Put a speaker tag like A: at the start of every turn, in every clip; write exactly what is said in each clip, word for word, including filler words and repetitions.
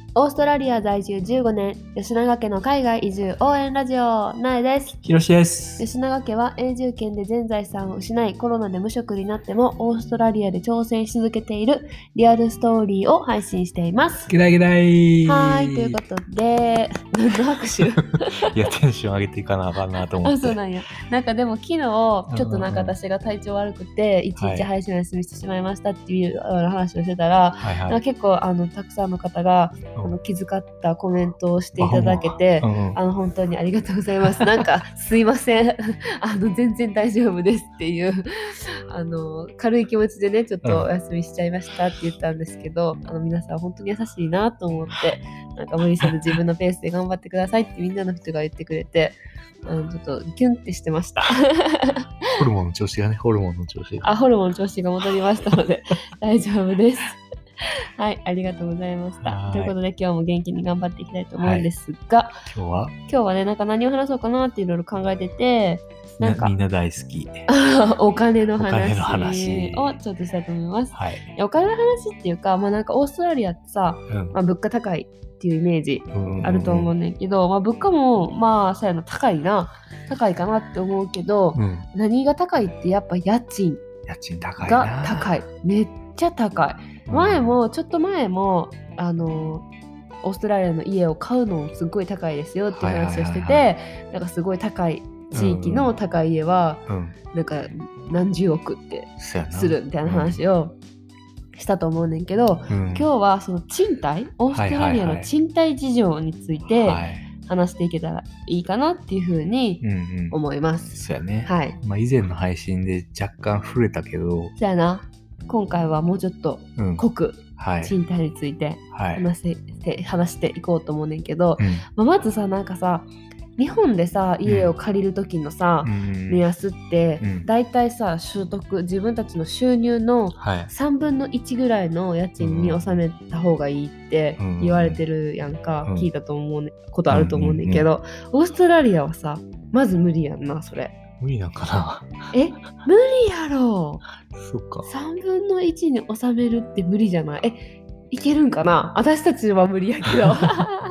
A: オーストラリア在住じゅうごねん、吉永家の海外移住応援ラジオ、なえです。
B: ひろしです。
A: 吉永家は永住権で全財産を失い、コロナで無職になってもオーストラリアで挑戦し続けているリアルストーリーを配信しています。
B: ゲダイゲダイ
A: はい、ということで、何の拍手
B: いや、テンション上げていかなあかんなと思って。
A: あ、そうなんや。なんかでも昨日、ちょっとなんか私が体調悪くて、一日配信を休みしてしまいましたっていうような話をしてたら、
B: はいはい、
A: なんか結構あのたくさんの方が、あの気遣ったコメントをしていただけて、あ、うん、あの本当にありがとうございます。なんかすいません、あの全然大丈夫ですっていうあの軽い気持ちでね、ちょっとお休みしちゃいましたって言ったんですけど、うん、あの皆さん本当に優しいなと思って、なんか無理せず自分のペースで頑張ってくださいってみんなの人が言ってくれて、あのちょっとキュンってしてました。
B: ホルモンの調子がね、ホルモンの調子が。
A: あ、ホルモンの調子が戻りましたので大丈夫です。はい、ありがとうございました。ということで今日も元気に頑張っていきたいと思うんですが、
B: はい、今日は
A: 今日はね、なんか何を話そうかなっていろいろ考えてて、
B: なんかみんな大好き
A: お金の話
B: お金の話
A: をちょっとしたいと思います。
B: はい、
A: お金の話っていうか、まあなんかオーストラリアってさ、うんまあ、物価高いっていうイメージあると思うねんけど、うんうんうん、まあ、物価もまあそうやな、高いな高いかなって思うけど、うん、何が高いってやっぱ家賃
B: 家賃高いな
A: が高い、めっちゃ高い。前もちょっと前もあのオーストラリアの家を買うのすごい高いですよっていう話をしてて、はいはいはいはい、なんかすごい高い地域の高い家は、うんうん、なんか何十億ってするみたいな話をしたと思うねんけど、うん、今日はその賃貸オーストラリアの賃貸事情について話していけたらいいかなっていうふうに思います。
B: そうやね、
A: はい、
B: まあ、以前の配信で若干触れたけど、
A: そうやな、今回はもうちょっと濃く賃貸について話して、はい、話していこうと思うねんけど、うんまあ、まずさ、なんかさ、日本でさ家を借りる時のさ、うん、目安ってだいたいさ所得自分たちの収入のさんぶんのいちぐらいの家賃に収めた方がいいって言われてるやんか、うん、聞いたと思う、ね、ことあると思うねんけど、うんうんうん、オーストラリアはさまず無理やんな。それ
B: 無理なんかな。
A: え、無理やろ。
B: そっか。
A: さんぶんのいちに収めるって無理じゃない？え、いけるんかな？私たちは無理やけど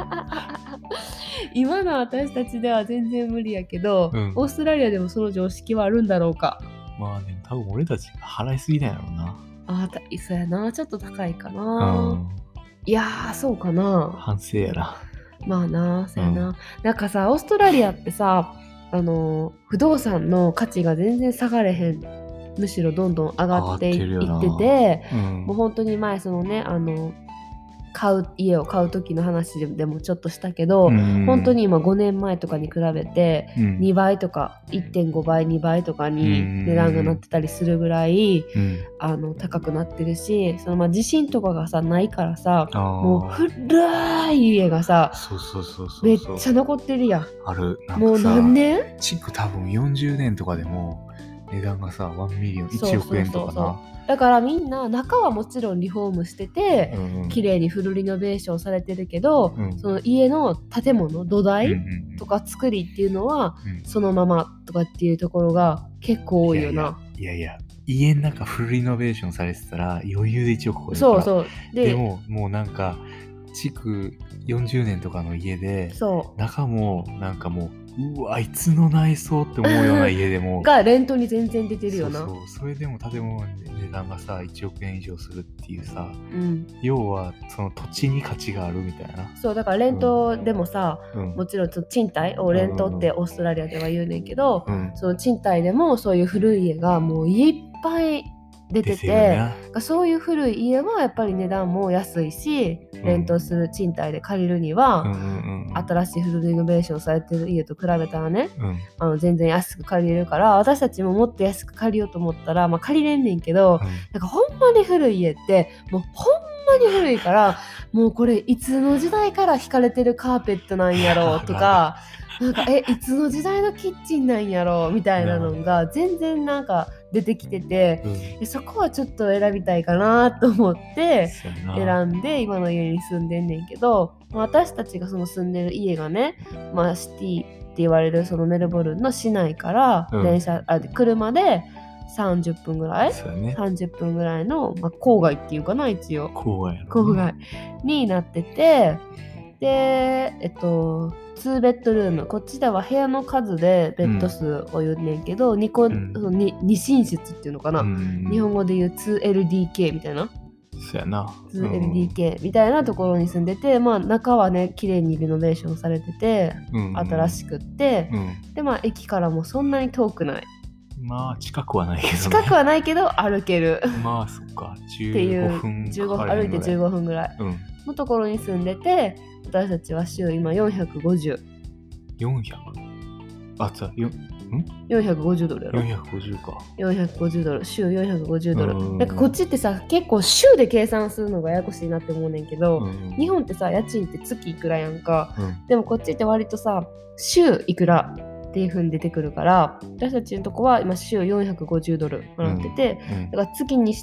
A: 今の私たちでは全然無理やけど、うん、オーストラリアでもその常識はあるんだろうか。
B: まあね、多分俺たちが払いすぎだよな。
A: ああ、そうやな、ちょっと高いかな、うん、いやーそうかな。
B: 反省やな。
A: まあな、そうやな、うん、なんかさオーストラリアってさ、あの不動産の価値が全然下がれへん、むしろどんどん上がっていってて、うん、もう本当に前そのね、あの買う家を買う時の話でもちょっとしたけど、うん、本当に今ごねんまえとかに比べてにばいとか いってんごばいにばいとかに値段がなってたりするぐらい、うん、あの高くなってるし、そのまあ地震とかがさないからさ、もう古い家がさ
B: そうそうそうそう
A: めっちゃ残ってるやん。
B: ある。なんかさ、
A: もう何年
B: 築多分よんじゅうねんとかでも値段がさワンミリオンいちおくえんとかな。そうそうそうそう、
A: だからみんな中はもちろんリフォームしてて、うんうん、綺麗にフルリノベーションされてるけど、うん、その家の建物土台とか作りっていうのは、うんうん、そのままとかっていうところが結構多いよな。
B: いやいやいやいや、家の中フルリノベーションされてたら余裕でいちおく超えるから。
A: そうそう。
B: で、でももうなんか築よんじゅうねんとかの家で、そう中もなんかもううわいつの内装って思うような家でも
A: がレントに全然出てるよな。
B: そうそう、それでも建物の値段がさいちおくえん以上するっていうさ、うん、要はその土地に価値があるみたいな。
A: そうだからレントでもさ、うん、もちろん賃貸をレントってオーストラリアでは言うねんけど、うん、その賃貸でもそういう古い家がもういっぱい出てて、ね、そういう古い家はやっぱり値段も安いし、うん、レントする賃貸で借りるには、うんうんうん、新しいフルリノベーションされてる家と比べたらね、うん、あの全然安く借りれるから、私たちももっと安く借りようと思ったら、まあ、借りれんねんけど、うん、なんかほんまに古い家ってもうほんまに古いからもうこれいつの時代から引かれてるカーペットなんやろうとかなんかえいつの時代のキッチンなんやろうみたいなのが全然なんか出てきてて、うん、そこはちょっと選びたいかなと思って選んで今の家に住んでんねんけど、私たちがその住んでる家がね、まあ、シティって言われるそのメルボルンの市内から電車、うん、あ車でさんじゅっぷんぐらい、
B: そうね、
A: さんじゅっぷんぐらいの、まあ、郊外っていうかな、一応
B: 郊外、ね、
A: 郊外になってて、でえっとにベッドルーム、こっちでは部屋の数でベッド数を言うねんけど、うん、に, 個、うん、に, に寝室っていうのかな、うん、日本語で言う ツーエルディーケー みたいな、
B: そうやな
A: ツーエルディーケー みたいなところに住んでて、まあ中はね綺麗にリノベーションされてて、うん、新しくって、うん、でまあ駅からもそんなに遠くない、
B: まあ近くはないけど、ね、
A: 近くはないけど歩ける
B: まあそっかじゅうごふん
A: じゅうごふん歩いてじゅうごふんぐらいのところに住んでて、私たちは週今よんひゃくごじゅう
B: よんひゃくあつよん
A: よんひゃくごじゅうドルやろ。
B: よんひゃくごじゅうか。
A: よんひゃくごじゅうドル、週よんひゃくごじゅうドル。なんかこっちってさ、結構週で計算するのがややこしいなって思うねんけど、日本ってさ、家賃って月いくらやんか、うん、でもこっちって割とさ、週いくらっていう風に出てくるから、私たちのとこは今週よんひゃくごじゅうドルもらってて、うんうん、だから月にして、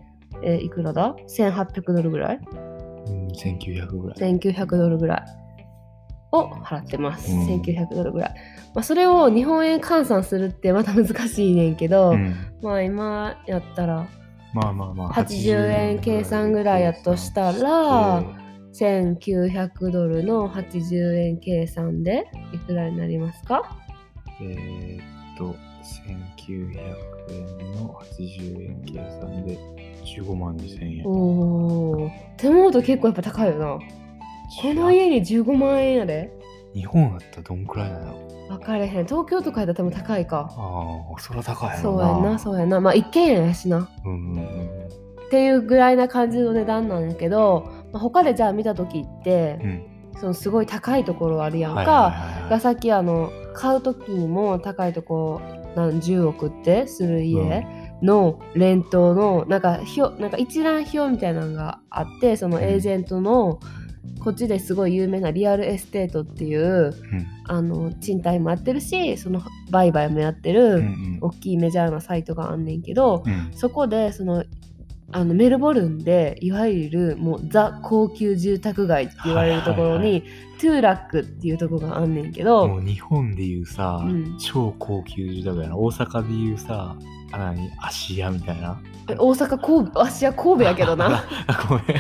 A: えー、いくらだ ?せんはっぴゃくドルぐらい、
B: うん、せんきゅうひゃくぐらい。
A: せんきゅうひゃくドルぐらいを払ってます、うん、せんきゅうひゃくドルぐらい、まあ、それを日本円換算するってまた難しいねんけど、うん、まあ今やったら
B: まあまあまあ
A: はちじゅうえん計算ぐらいやとしたらせんきゅうひゃくドルのはちじゅうえん計算でいくらになりますか？
B: えー、っとせんきゅうひゃくえんのはちじゅうえん計算でじゅうごまんにせんえん。
A: おー、って思うと結構やっぱ高いよな。この家にじゅうごまんえんやで。
B: 日本だったらどんくらいなの？
A: 分かれへん。東京とかやったら多分高いか。
B: ああ、そりゃ高いやろな。
A: そうやな、そうやな。まあ一軒家やしな、うんうんうん、っていうぐらいな感じの値段なんやけど、まあ、他でじゃあ見た時って、うん、そのすごい高いところあるやんか、はいはいはいはい、がさっきあの買う時にも高いところ何十億ってする家のレントのなんか表、なんか一覧表みたいなのがあって、そのエージェントの、うん、こっちですごい有名なリアルエステートっていう、うん、あの賃貸もやってるし、その売買もやってる、うんうん、大きいメジャーなサイトがあんねんけど、うん、そこでそのあのメルボルンでいわゆるもうザ高級住宅街って言われるところに、はいはいはい、トゥーラックっていうところがあんねんけど、
B: もう日本でいうさ、うん、超高級住宅街な、大阪でいうさ、あなに芦屋みたいな、
A: え大阪神戸、芦屋神戸やけどな
B: ごめん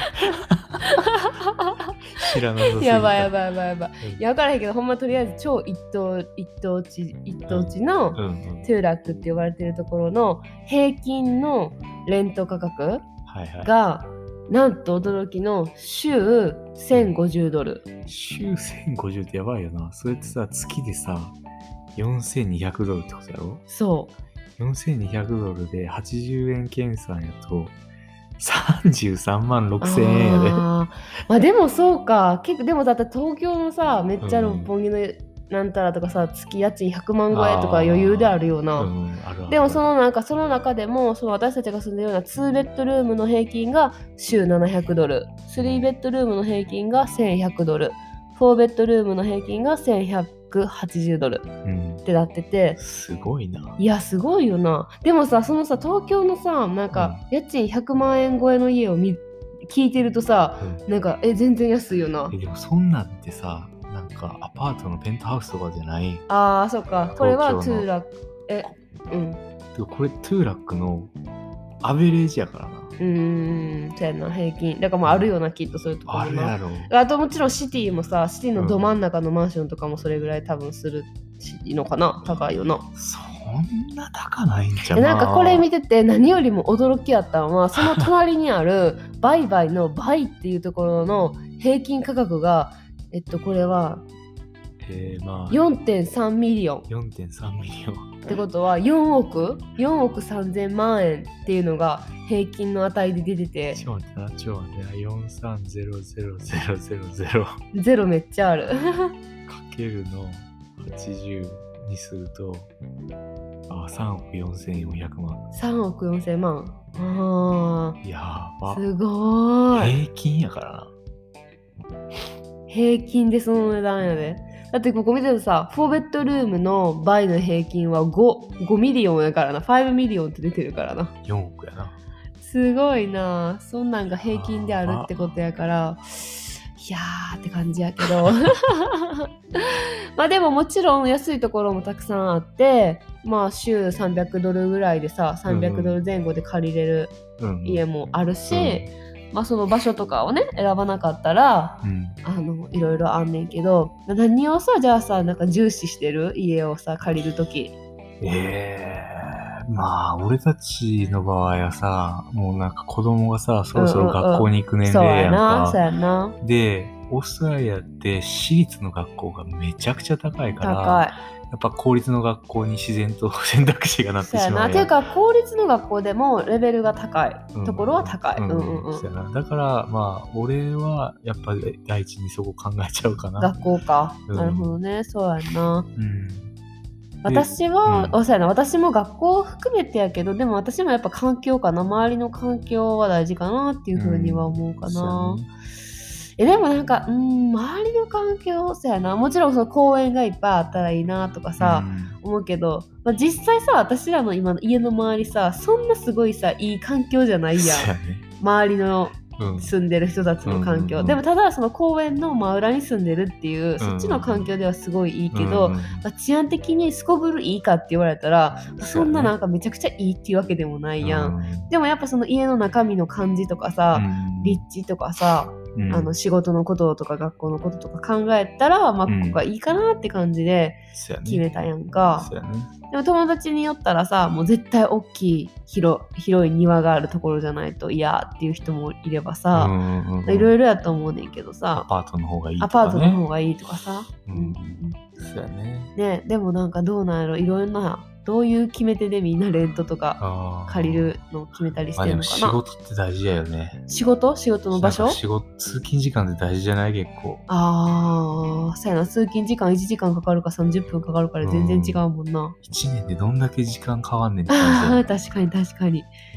B: 知らなさすぎた。
A: やばいやばいやばいやばい、うん、いや分からへんけど、ほんまとりあえず超一等一等地一等地のトゥーラックって呼ばれてるところの平均のレント価格が、はいはい、なんと驚きの週せんごじゅうドル。
B: 週せんごじゅうってやばいよな。それってさ、月でさよんせんにひゃくドルってことやろ。
A: そう
B: よんせんにひゃくドルではちじゅうえん計算やとさんじゅうさんまんろくせんえんやで。
A: あ、まあでもそうか、結構でもだって東京のさ、めっちゃ六本木のなんたらとかさ、月家賃ひゃくまん超えとか余裕であるような、うん、あるある。でもそのなんかその中でもその私たちが住んでるようなにベッドルームの平均が週ななひゃくドル、さんベッドルームの平均がせんひゃくドル、よんベッドルームの平均がせんひゃくはちじゅうドルってなってて、うん、
B: すごいな。
A: いやすごいよな。でもさ、そのさ東京のさ、なんか家賃ひゃくまんえん超えの家を見聞いてるとさ、うん、なんかえ全然安いよな。
B: えでもそんなんってさ、なんかアパートのペントハウスとかじゃない？
A: ああ、そっか。これはトゥーラック。え、うん。
B: これトゥーラックのアベレージやからな。
A: うーん、そうやな、平均。だからもうあるよな、きっとそういうところ。
B: あるやろ。
A: あともちろんシティもさ、シティのど真ん中のマンションとかもそれぐらい多分するのかな、高いよな。
B: そんな高ないんじゃな。
A: なんかこれ見てて何よりも驚きやったのは、その隣にある売買の倍っていうところの平均価格がえっとこれは、
B: えーまあ、
A: よんてんさんミリオン。
B: よんてんさんミリオン
A: ってことはよんおくよんおくさんぜんまんえんっていうのが平均の値で出てて、
B: ちょっと待ってな、ちょっと待ってな、よんさんゼロゼロゼロゼロゼロ
A: ゼロめっちゃあるか
B: けるのはちじゅうにすると、あ、さんおくよんせんよんひゃくまん。
A: さんおくよんせんまん。あ
B: ー、やば。
A: すごーい。
B: 平均やからな。
A: 平均でその値段やで。だってここ見てるとさ、よんベッドルームの倍の平均は 5, ごミリオンやからな。ごミリオンって出てるからな。
B: よんおくやな。
A: すごいな。そんなんが平均であるってことやから、いやーって感じやけどまあでももちろん安いところもたくさんあって、まあ週さんびゃくドルぐらいでささんびゃくドル前後で借りれる家もあるし、うんうん、まあその場所とかをね選ばなかったら、うん、あのいろいろあんねんけど、何をさじゃあさなんか重視してる家をさ借りるとき。
B: えー、まあ俺たちの場合はさ、もうなんか子供がさそろそろ学校に行く年齢やんか、
A: そうやな、そうやな。
B: でオーストラリアって私立の学校がめちゃくちゃ高いから、
A: 高い、
B: やっぱ公立の学校に自然と選択肢がなってしまうやん。そうやな。
A: ていうか公立の学校でもレベルが高いところは高い。うんうんうん。
B: そうやな。だからまあ俺はやっぱり第一にそこ考えちゃうかな。
A: 学校か。うん、なるほどね。そうやな。うん。私は、うん、そうやな。私も学校を含めてやけど、でも私もやっぱ環境かな。周りの環境は大事かなっていうふうには思うかな。うん、えでもなんか、うん、周りの環境そうやな、もちろんその公園がいっぱいあったらいいなとかさ、うん、思うけど、まあ、実際さ私らの今の家の周りさそんなすごいさいい環境じゃないやん、ね、周りの住んでる人たちの環境、うん、でもただその公園の真裏に住んでるっていう、うん、そっちの環境ではすごいいいけど、うんまあ、治安的にすこぶるいいかって言われたら、うん、そんななんかめちゃくちゃいいっていうわけでもないやん、うん、でもやっぱその家の中身の感じとかさ、うん、立地とかさ、うん、あの仕事のこととか学校のこととか考えたら、まあ、ここがいいかなって感じで決めたやんか、うんねね、でも友達によったらさもう絶対大きい 広, 広い庭があるところじゃないと嫌っていう人もいればさ、いろいろやと思うねんけどさ、
B: アパートの方がいいとか、ね、
A: アパートの方がいいとかさ、
B: うんうん、そうやね。
A: ね、でもなんかどうなんやろ、いろんなどういう決め手でみんなレントとか借りるのを決めたりしてるのかな。
B: 仕事って大事だよね。
A: 仕事仕事の場所
B: 仕事通勤時間って大事じゃない結構。
A: ああ、そうやな。通勤時間いちじかんかかるかさんじゅっぷんかかるから全然違うもんな。うん、
B: いちねんでどんだけ時間変わんねんって感じだよ。
A: 確かに確かに、うん。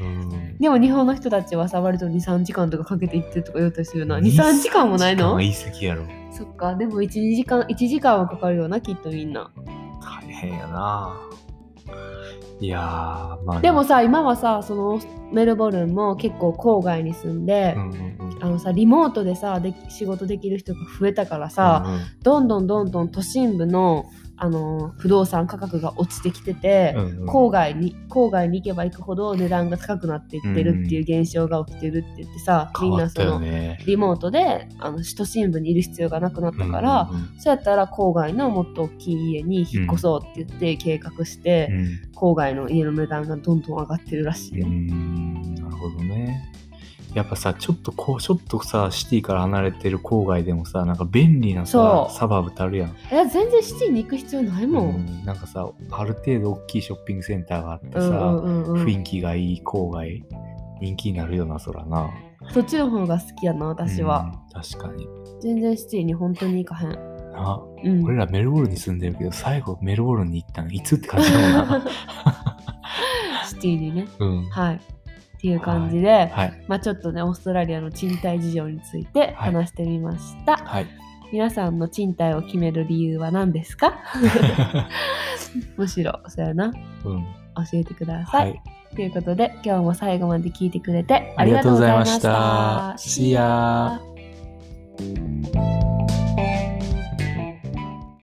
A: でも日本の人たちはさ割とにさんじかんとかかけて行ってるとか言うたりするな。にさんじかんもないの？
B: 言い過ぎやろ。
A: そっか、でもいちじかんいちじかんはかかるよなきっとみんな。
B: 大変やな。いやー、まあ、
A: でもさ今はさそのメルボルンも結構郊外に住んで、うんうんうん、あのさリモートでさで仕事できる人が増えたからさ、うんうん、どんどんどんどん都心部のあの不動産価格が落ちてきてて、うんうん、郊外に郊外に行けば行くほど値段が高くなっていってるっていう現象が起きてるって言ってさ、うん、みんなそのリモートであの都心部にいる必要がなくなったから、うんうんうん、そうやったら郊外のもっと大きい家に引っ越そうって言って計画して、うん、郊外の家の値段がどんどん上がってるらしいよ。
B: うーん、なるほどね。やっぱさちょっとこうちょっとさシティから離れてる郊外でもさなんか便利なさサバーブってあるやん。い
A: や全然シティに行く必要ないもん、うん、
B: なんかさある程度大きいショッピングセンターがあってさ、うんうんうんうん、雰囲気がいい郊外人気になるよなそらな。
A: そっちの方が好きやな私は、
B: うん、確かに
A: 全然シティに本当に行かへん
B: な、うん、俺らメルボルンに住んでるけど最後メルボルンに行ったのいつって感じだもんな
A: シティにね、
B: うん、
A: はいっていう感じで、はいはい、まあ、ちょっとねオーストラリアの賃貸事情について話してみました、はいはい、皆さんの賃貸を決める理由は何ですかむしろそうやな、うん、教えてください、はい、ということで今日も最後まで聞いてくれてありがとうございました。
B: See ya。